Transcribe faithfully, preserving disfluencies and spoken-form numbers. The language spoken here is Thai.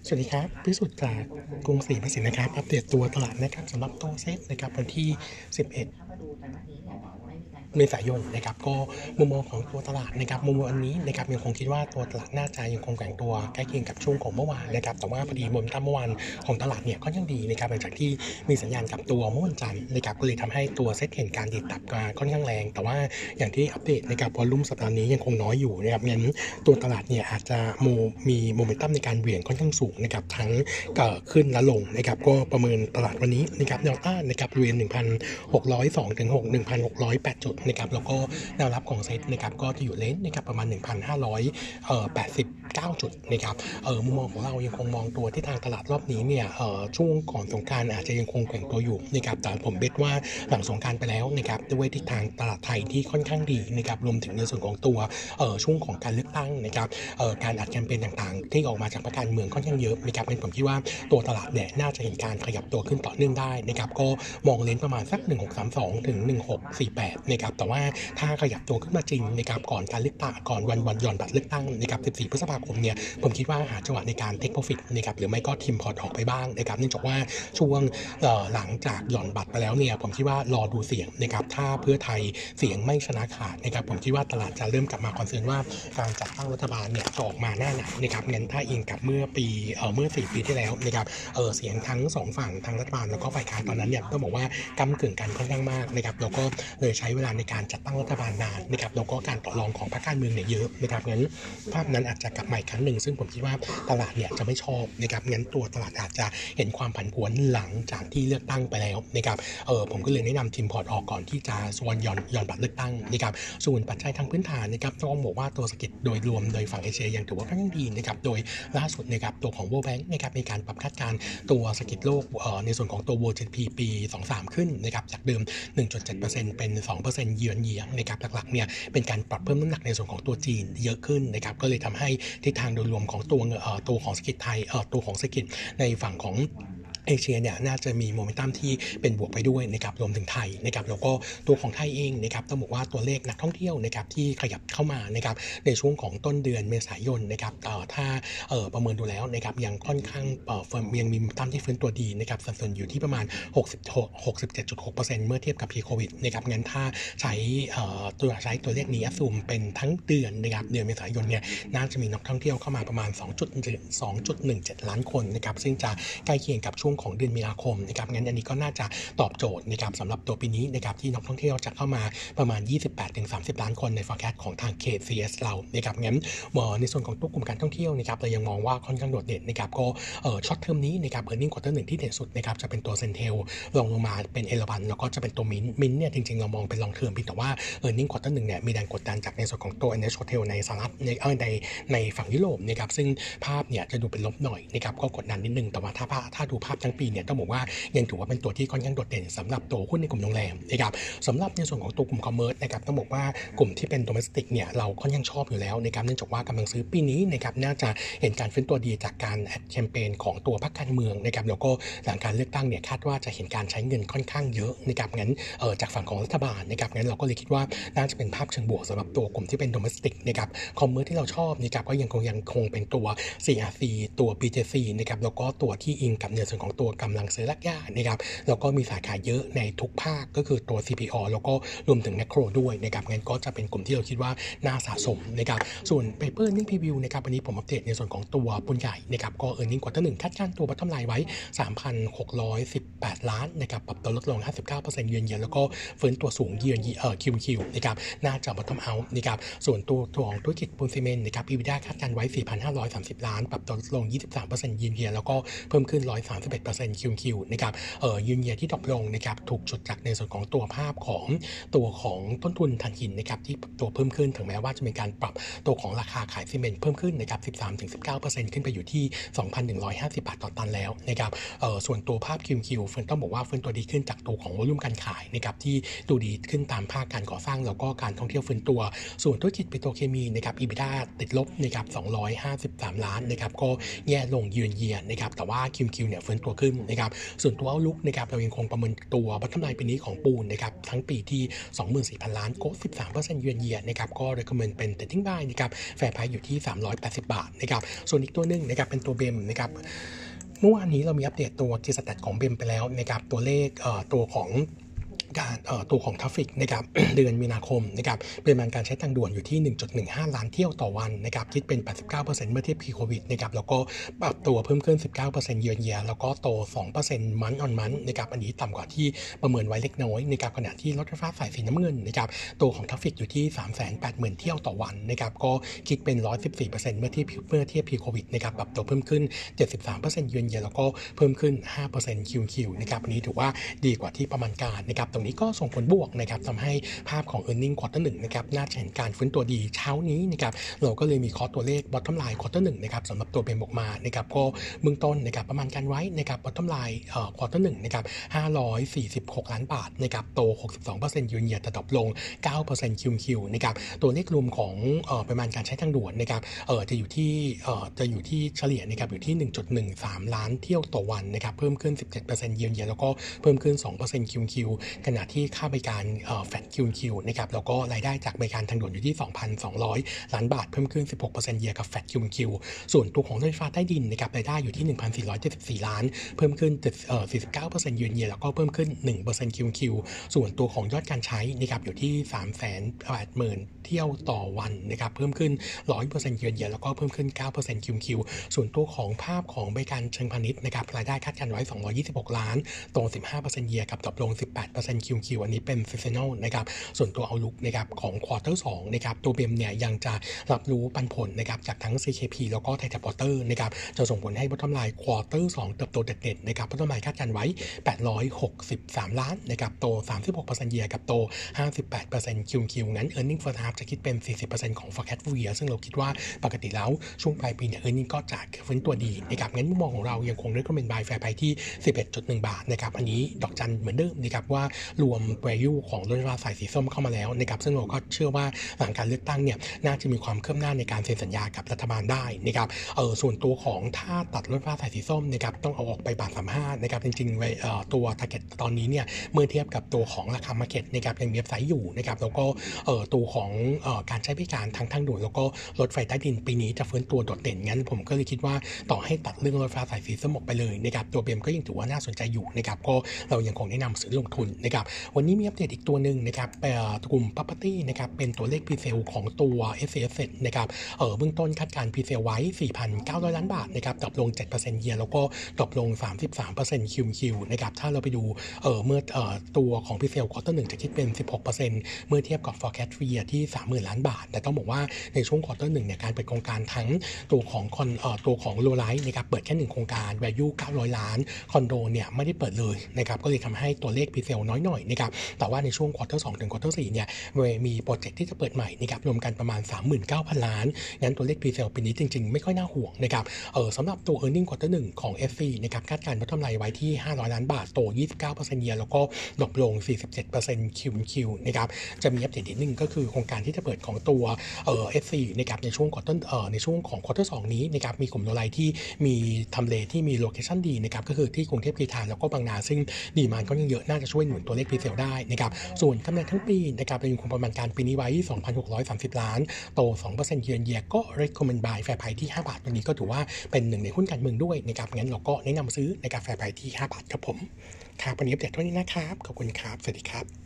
สวัสดีครับพิสุทธิ์จากกรุงศรีประสิทธิ์นะครับอัปเดตตัวตลาดนะครับสำหรับตัวเซ็ตนะครับวันที่สิบเอ็ดเมษายนนะครับก็มุมมองของตัวตลาดนะครับมุมมองอันนี้นะครับยังคงคิดว่าตัวตลาดน่าจะยังคงแกว่งตัวใกล้เคียงกับช่วงของเมื่อวานนะครับแต่ว่าพอดีโมเมนตัมเมื่อวานของตลาดเนี่ยก็ยังดีนะครับหลังจากที่มีสัญญาณกับตัวเมื่อวันจันทร์นะครับก็เลยทำให้ตัวเซ็ตเห็นการดีดตับมาค่อนข้างแรงแต่ว่าอย่างที่อัปเดตนะครับวอลลุ่มสัปดาห์นี้ยังคงน้อยอยู่นะครับงั้นตัวตลาดเนี่ยอาจจะโมมีโมเมนตัมในการเหวี่ยงค่อนข้างสูงนะครับทั้งเอ่อขึ้นและลงนะครับก็ประเมินตลาดวันนี้นะครับแนวต้านนะครับบริเวณหนึ่งพันหกร้อยสองถึงหก หนึ่งพันหกร้อยแปดจุดนะครับแล้วก็แนวรับของเซ็ตนะครับก็จะอยู่เลนนะครับประมาณ หนึ่งพันห้าร้อยเอ่อแปดสิบเก้า จุดนะครับเอ่อมุมมองของเรายังคงมองตัวที่ทางตลาดรอบนี้เนี่ยเอ่อช่วงก่อนสงกรานต์อาจจะยังคงแกว่งตัวอยู่นะครับแต่ผมเบ็ดว่าหลังสงกรานต์ไปแล้วนะครับด้วยทิศทางตลาดไทยที่ค่อนข้างดีนะครับรวมถึงในส่วนของตัวเอ่อช่วงของการเลือกตั้งนะครับเอ่อการอัดแคมเปญต่างๆที่ออกมาจากพรรคการเมืองค่อนข้างเยอะนะครับเป็นผมคิดว่าตัวตลาดเนี่ยน่าจะเห็นการขยับตัวขึ้นต่อเนื่องได้นะครับก็มองเลนประมาณสักหนึ่งพันหกร้อยสามสิบสองถึงหนึ่งพันหกร้อยสี่สิบแปดนะครับแต่ว่าถ้าขยับตัวขึ้นมาจริงนะครับก่อนการเลือกตั้งก่อนวันวันหย่อนบัตรเลือกตั้งนะครับสิบสี่พฤษภาคมเนี่ยผมคิดว่าหาจังหวะในการเทคโปรฟิตนะครับหรือไม่ก็ทิมพอร์ตออกไปบ้างนะครับเนื่องจากว่าช่วงเอ่อหลังจากหย่อนบัตรไปแล้วเนี่ยผมคิดว่ารอดูเสียงนะครับถ้าเพื่อไทยเสียงไม่ชนะขาดนะครับผมคิดว่าตลาดจะเริ่มกลับมาคอนเซิร์นว่าการจัดตั้งรัฐบาลเนี่ยจะออกมาหน้าไหนนะครับงั้นถ้าอิงกับเมื่อปีเอ่อเมื่อสี่ปีที่แล้วนะครับเอ่อเสียงทั้งสองฝั่งทางรัฐบาลแล้วก็ฝ่ายค้านตอนนั้นเนี่ยต้องบอกว่ากำกึ่งกันค่อนข้างมากนะครับแล้วก็เลยใช้เวลาในการจัดตั้งรัฐบาลนานนะครับแล้วก็การต่อรองของพรรคการเมืองเนี่ยเยอะนะครับงั้นภาพนั้นอาจจะกลับมาอีกครั้งหนึ่งซึ่งผมคิดว่าตลาดเนี่ยจะไม่ชอบนะครับงั้นตัวตลาดอาจจะเห็นความผันผวนหลังจากที่เลือกตั้งไปแล้วนะครับเออผมก็เลยแนะนำทีมพอร์ตออกก่อนที่จะส่วนหย่อนหย่อนบัตรเลือกตั้งนะครับส่วนปัจจัยทางพื้นฐานนะครับต้องบอกว่าตัวเศรษฐกิจโดยรวมโดยฝั่งเอเชียยังถือว่าค่อนข้างดีนะครับโดยล่าสุดนะครับตัวของ World Bank นะครับมีการปรับคาดการณ์ตัวเศรษฐกิจโลกเอ่อในส่วนของตัว World จี ดี พี ปีสองพันยี่สิบสามขึ้นนะครับจากเดิม หนึ่งจุดเจ็ดเปอร์เซ็นต์ เป็น สองเปอร์เซ็นต์ year on year นะครับหลักๆเนี่ยเป็นการปรับเพิ่มน้ำหนักในส่วนของตัวจีนเยอะขึ้นนะครับก็เลยทำให้ทิศทางโดยรวมของตัวเอ่อตัวของเศรษฐกิจไทยเอ่อตัวของเศรษฐกิจในฝั่งของเอเชียเนี่ยน่าจะมีโมเมนตัมที่เป็นบวกไปด้วยนะครับรวมถึงไทยนะครับแล้วก็ตัวของไทยเองนะครับต้องบอกว่าตัวเลขนักท่องเที่ยวนะครับที่ขยับเข้ามานะครับในช่วงของต้นเดือนเมษายนนะครับเอ่อถ้าเอ่อประเมินดูแล้วนะครับยังค่อนข้างเอ่อเฟิร์มยังมีโมเมนตัมที่ฟื้นตัวดีนะครับสัดส่วนอยู่ที่ประมาณหกสิบหก หกสิบเจ็ดจุดหกเปอร์เซ็นต์ เมื่อเทียบกับ pre covid นะครับงั้นถ้าใช้เอ่อตัวใช้ตัวเลขนี้ assume เป็นทั้งเดือนนะครับเดือนเมษายนเนี่ยน่าจะมีนักท่องเที่ยวเข้ามาประมาณ2.1 2.17 ล้านคนนะครับซึ่งจะใกล้เคียงกับช่วงของเดือนมีนาคมนะครับงั้นอันนี้ก็น่าจะตอบโจทย์นะครับสำหรับตัวปีนี้นะครับที่นักท่องเที่ยวจะเข้ามาประมาณ ยี่สิบแปดถึงสามสิบ ล้านคนใน forecast ของทาง เค ซี เอส เรานะครับงั้นในส่วนของตัวกลุ่มการท่องเที่ยวนะครับเรายังมองว่าค่อนข้างโดดเด่นนะครับก็เอ่อช็อตเทอมนี้นะครับ earning quarter หนึ่งที่เด่นสุดนะครับจะเป็นตัวเซนเทลลงลงมาเป็นเอราวันแล้วก็จะเป็นตัวมินมินเนี่ยจริงๆเรามองเป็น long term เพียงแต่ว่า earning quarter หนึ่งเนี่ยมีแรงกดดันจากในส่วนของตัว เอ็น เอช Hotel ในสหรัฐในเออในในฝั่งยุโรปนะครับซึ่งภาพเนี่ยจะดูเป็นลบหน่อยนะครับก็กดดันนิดนึงแต่ว่าถ้าถ้าดูภาพทั้งปีเนี่ยต้องบอกว่ายังถือว่าเป็นตัวที่ค่อนข้างโดดเด่นสำหรับตัวหุ้นในกลุ่มโรงแรมนะครับสำหรับในส่วนของตัวกลุ่มคอมเมอร์สนะครับต้องบอกว่ากลุ่มที่เป็นโดเมสติกเนี่ยเราค่อนข้างชอบอยู่แล้วนะครับเนื่องจากว่ากำลังซื้อปีนี้นะครับน่าจะเห็นการฟื้นตัวดีจากการแอดแคมเปญของตัวพรรคการเมืองนะครับแล้วก็หลังการเลือกตั้งเนี่ยคาดว่าจะเห็นการใช้เงินค่อนข้างเยอะนะครับงั้นเอ่อจากฝั่งของรัฐบาลนะครับงั้นเราก็เลยคิดว่าน่าจะเป็นภาพเชิงบวกสำหรับตัวกลุ่มที่เป็นโดเมสติกนะครับคอมเมอร์สที่เราชอบนะครับก็ยังคงยังคงเป็นตัว ซี อาร์ ซี ตัว บี เจ ซี นะครับแล้วก็ตัวที่อิงกับในส่วนของตัวกำลังซื้อรากหญ้านะครับแล้วก็มีสาขาเยอะในทุกภาคก็คือตัว ซี พี อ แล้วก็รวมถึงแมคโครด้วยนะครับงั้นก็จะเป็นกลุ่มที่เราคิดว่าน่าสะสมนะครับส่วน Paper Earning Preview นะครับวันนี้ผมอัปเดตในส่วนของตัวปุนใหญ่นะครับก็ Earning Quarter หนึ่งคาดการณ์ตัว Bottom Line ไว้ สามพันหกร้อยสิบแปด ล้านนะครับปรับตัวลดลง ห้าสิบเก้าเปอร์เซ็นต์ เยือนเยียแล้วก็ฟื้นตัวสูงเยือนเอ่อ คิว คิว นะครับน่าจะ Bottom Out นะครับส่วนตัวตัวของธุรกิจปูนซีเมนต์นะครับ EBITDA คาดการณ์ไว้ สี่พันห้าร้อยสามสิบ ล้านปรับตัวลดลง ยี่สิบสามเปอร์เซ็นต์ เยือนเยียแล้วก็เพิ่มขึ้น หนึ่งร้อยสามสิบเอ็ดเปอร์เซ็นต์ คิว คิว นะครับเอ่อเยือนเยียที่ดรอปลงนะครับถูกจุดจากในส่วนของตัวภาพของตัวของต้นทุนถ่านหินนะครับที่ตัวเพิ่มขึ้นถึงแม้ว่าจะมีการปรับตัวของราคาขายซีเมนต์เพิ่มขึ้นนะครับ สิบสามถึงสิบเก้าเปอร์เซ็นต์ ขึ้นไปอยู่ที่ สองพันหนึ่งร้อยห้าสิบ บาทต่อตันแล้วนะครับเอ่อส่วนตัวภาพ คิว คิว เฟิร์นต้องบอกว่าเฟิร์นตัวดีขึ้นจากตัวของวอลุ่มการขายนะครับที่ดูดีขึ้นตามภาคการก่อสร้างแล้วก็การท่องเที่ยวฟื้นตัวส่วนธุรกิจปิโตรเคมีนะครับ EBITDA ติดลบนะครับสองร้อยห้าสิบสามล้านนะครับก็แย่ลงเยือนเยียนะครับแต่ว่า คิว คิว เนี่ยฟื้นตัวตัวขึ้นนะครับส่วนตัวเอาลุกนะครับเรายังคงประเมินตัวบัตรกำไรปีนี้ของปูนนะครับทั้งปีที่ สองหมื่นสี่พัน ล้านโกลด์ สิบสามเปอร์เซ็นต์ เยือนเยียนะครับก็ recommend เป็น trading buy นะครับแฟร์ไพรซ์อยู่ที่สามร้อยแปดสิบบาทนะครับส่วนอีกตัวนึงนะครับเป็นตัวเบมนะครับเมื่อวานนี้เรามีอัปเดตตัว Key Stat ของเบมไปแล้วนะครับตัวเลขเอ่อตัวของการตัวของทราฟฟิกนะครับ เดือนมีนาคมนะครับปริมาณการใช้ทางด่วนอยู่ที่ หนึ่งจุดหนึ่งห้า ล้านเที่ยวต่อวันนะครับคิดเป็น แปดสิบเก้าเปอร์เซ็นต์ เมื่อเทียบ pre covid นะครับแล้วก็ปรับตัวเพิ่มขึ้น สิบเก้าเปอร์เซ็นต์ เยือนเยียแล้วก็โต สองเปอร์เซ็นต์ month on month นะครับอันนี้ต่ำกว่าที่ประเมินไว้เล็กน้อยนะครับขณะที่รถไฟฟ้าสายสีน้ำเงินนะครับตัวของทราฟฟิกอยู่ที่ สามแสนแปดหมื่น เที่ยวต่อวันนะครับก็คิดเป็น หนึ่งร้อยสิบสี่เปอร์เซ็นต์ เมื่อเทียบเมื่อเทียบ pre covid นะครับปรับตัวเพิ่มขึ้น เจ็ดสิบสามเปอร์เซ็นต์ เยือนเยียแล้วก็เพิ่มขึ้น ห้าเปอร์เซ็นต์ คิว คิว นะครับอันนี้ถือว่าดีกว่าที่ประมาณการนะครับตรงนี้ก็ส่งผลบวกนะครับทำให้ภาพของ earning quarter หนึ่งนะครับน่าจะเห็นการฟื้นตัวดีเช้านี้นะครับเราก็เลยมีคอร์สตัวเลข bottom line quarter หนึ่งนะครับสำหรับตัวเบมออกมานะครับก็เบื้องต้นนะครับประมาณการไว้นะครับ bottom line เอ่อ quarter หนึ่งนะครับห้าร้อยสี่สิบหกล้านบาทนะครับโต หกสิบสองเปอร์เซ็นต์ เยือนเยียแต่ดรอปลง เก้าเปอร์เซ็นต์ คิว คิว นะครับตัวเลขรวมของเอ่อประมาณการใช้ทางด่วนนะครับเอ่อจะอยู่ที่เอ่อจะอยู่ที่เฉลี่ยนะครับอยู่ที่ หนึ่งจุดหนึ่งสาม ล้านเที่ยวต่อวันนะครับเพิ่มขึ้น สิบเจ็ดเปอร์เซ็นต์ เยือนเยียแล้วก็เพิ่มขึ้น สองเปอร์เซ็นต์ คิว คิว ขณะที่ค่าบริการเอ่อ แฟลต คิว คิว นะครับแล้วก็รายได้จากบริการทางด่วนอยู่ที่ สองพันสองร้อย ล้านบาทเพิ่มขึ้น สิบหกเปอร์เซ็นต์ เยียร์กับ แฟลต คิว คิว ส่วนตัวของรถไฟฟ้าใต้ดินนะครับรายได้อยู่ที่ หนึ่งพันสี่ร้อยเจ็ดสิบสี่ ล้านเพิ่มขึ้นเอ่อ สี่สิบเก้าเปอร์เซ็นต์ เยือนเยียแล้วก็เพิ่มขึ้น หนึ่งเปอร์เซ็นต์ คิว คิว ส่วนตัวของยอดการใช้นะครับอยู่ที่ สามแสนแปดหมื่น เที่ยวต่อวันนะครับเพิ่มขึ้น หนึ่งร้อยเปอร์เซ็นต์ เยือนเยียแล้วก็เพิ่มขึ้น เก้าเปอร์เซ็นต์ คิว คิว ส่วนตัวของภาพของบริการเชิงพาณิชย์นะครับรายได้คาดการไว้สองร้อยยี่สิบหกล้านโต สิบห้าเปอร์เซ็นต์ เยียร์กับดรอปลง สิบแปดเปอร์เซ็นต์ คิว คิว อันนี้เป็น seasonal นะครับส่วนตัวเอาลุกนะครับของควอเตอร์สองนะครับตัวเบมเนี่ยยังจะรับรู้ปันผลนะครับจากทั้ง ซี เค พี แล้วก็ไทยแท็บพอร์เตอร์นะครับจะส่งผลให้ bottom line ควอเตอร์สองเติบโตเด่นๆนะครับ bottom line คาดการไว้แปดร้อยหกสิบสามล้านนะครับโต สามสิบหกเปอร์เซ็นต์ เยียร์กับโต ห้าสิบแปดเปอร์เซ็นต์ คิว คิว งั้น earning first half จะคิดเป็น สี่สิบเปอร์เซ็นต์ ของ forecast full year ซึ่งเราคิดว่าปกติแล้วช่วงปลายปีเนี่ย earning ก็จะฟื้นตัวดีนะครับงั้นมุมมองของเรายังคง recommend buy fair price ที่ สิบเอ็ดจุดหนึ่ง บาทนะครับอันนี้ดอกจันเหมือนเดิมนะครับว่ารวม value ของรถไฟฟ้าสายสีส้มเข้ามาแล้วนะครับซึ่งเราก็เชื่อว่าหลังการเลือกตั้งเนี่ยน่าจะมีความคืบหน้าในการเซ็นสัญญากับรัฐบาลได้นะครับเออส่วนตัวของถ้าตัดรถไฟฟ้าสายสีส้มนะครับต้องเอาออกไปบาทสามสิบห้านะครับจริงๆเอ่อตัว target ตอนนี้เนี่ยเมื่อเทียบกับตัวของราคา market นะครับยังมีอัพไซด์อยู่นะครับแล้วก็เอ่อตัวของเอ่อการใช้บริการทางทางด่วนแล้วก็รถไฟใต้ดินปีนี้จะฟื้นตัวโดดเด่นงั้นผมก็เลยคิดว่าต่อให้ตัดเรื่องรถไฟฟ้าสายสีส้มออกไปเลยนะครับตัวเบมก็ยังถือว่าน่าสนใจอยู่นะครับก็เรายังคงแนะนำซื้อลงทุนนะครับวันนี้มีอัปเดตอีกตัวหนึ่งนะครับเอ่อกลุ่ม property นะครับเป็นตัวเลข pre-sale ของตัว เอส ซี เอส นะครับเอ่อเบื้องต้นคาดการณ์ pre-sale ไว้ สี่พันเก้าร้อย ล้านบาทนะครับดรอปลง เจ็ดเปอร์เซ็นต์ เยียร์แล้วก็ดรอปลง สามสิบสามเปอร์เซ็นต์ คิว คิว นะครับถ้าเราไปดูเอ่อเมื่อเอ่อตัวของ pre-sale quarter หนึ่งจะคิดเป็น สิบหกเปอร์เซ็นต์ เมื่อเทียบกับ forecast full year ที่ สามหมื่น ล้านบาทแต่ต้องบอกว่าในช่วง quarter หนึ่งเนี่ยการเปิดโครงการทั้งตัวของคอนเอ่อตัวของ low rise นะครับเปิดแค่หนึ่งโครงการ value เก้าร้อยล้านคอนโดเนี่ยไม่ได้เปิดเลยนะครับก็เลยทำให้ตัวเลข pre-sale น้อยหน่อยนะครับแต่ว่าในช่วง quarter สองถึง quarter สี่เนี่ยมีโปรเจกต์ที่จะเปิดใหม่นะครับรวมกันประมาณ สามหมื่นเก้าพัน ล้านงั้นตัวเลข pre-sale ปีนี้จริงๆไม่ค่อยน่าห่วงนะครับเออสำหรับตัว earning quarter หนึ่งของ เอฟ ซี นะครับคาดการณ์ bottom line ไว้ที่ห้าร้อยล้านบาทโต ยี่สิบเก้าเปอร์เซ็นต์ เยียร์แล้วก็ดรอปลง สี่สิบเจ็ดเปอร์เซ็นต์ คิว คิว นะครับจะมีอัปเดตนิดนึงก็คือโครงการที่จะเปิดของตัวเอ่อ เอฟ ซี นะครับในช่วง quarter เอ่อในช่วงของ quarter สองนี้นะครับมีกลุ่มโลไลที่มีทำเลที่มีโลเคชั่นดีนะครับก็คือที่กรุงเทพกรีฑาแล้วก็บางนาซึ่งดีมานด์ก็ยังเยอะน่าจะช่วยหนุนตัวเลข pre-sale ได้นะครับส่วนกำไรทั้งปีนะครับเรายังคงประมาณการปีนี้ไว้ สองพันหกร้อยสามสิบ ล้านโต สองเปอร์เซ็นต์ เยือนเยียก็ recommend buy fair price ที่ห้าบาทวันนี้ก็ถือว่าเป็นหนึ่งในหุ้นการเมืองด้วยนะครับงั้นเราก็แนะนำซื้อในกาแฟ fair price ที่ห้าบาทครับผมครับวันนี้อัปเดตเท่านี้นะครับขอบคุณครับสวัสดีครับ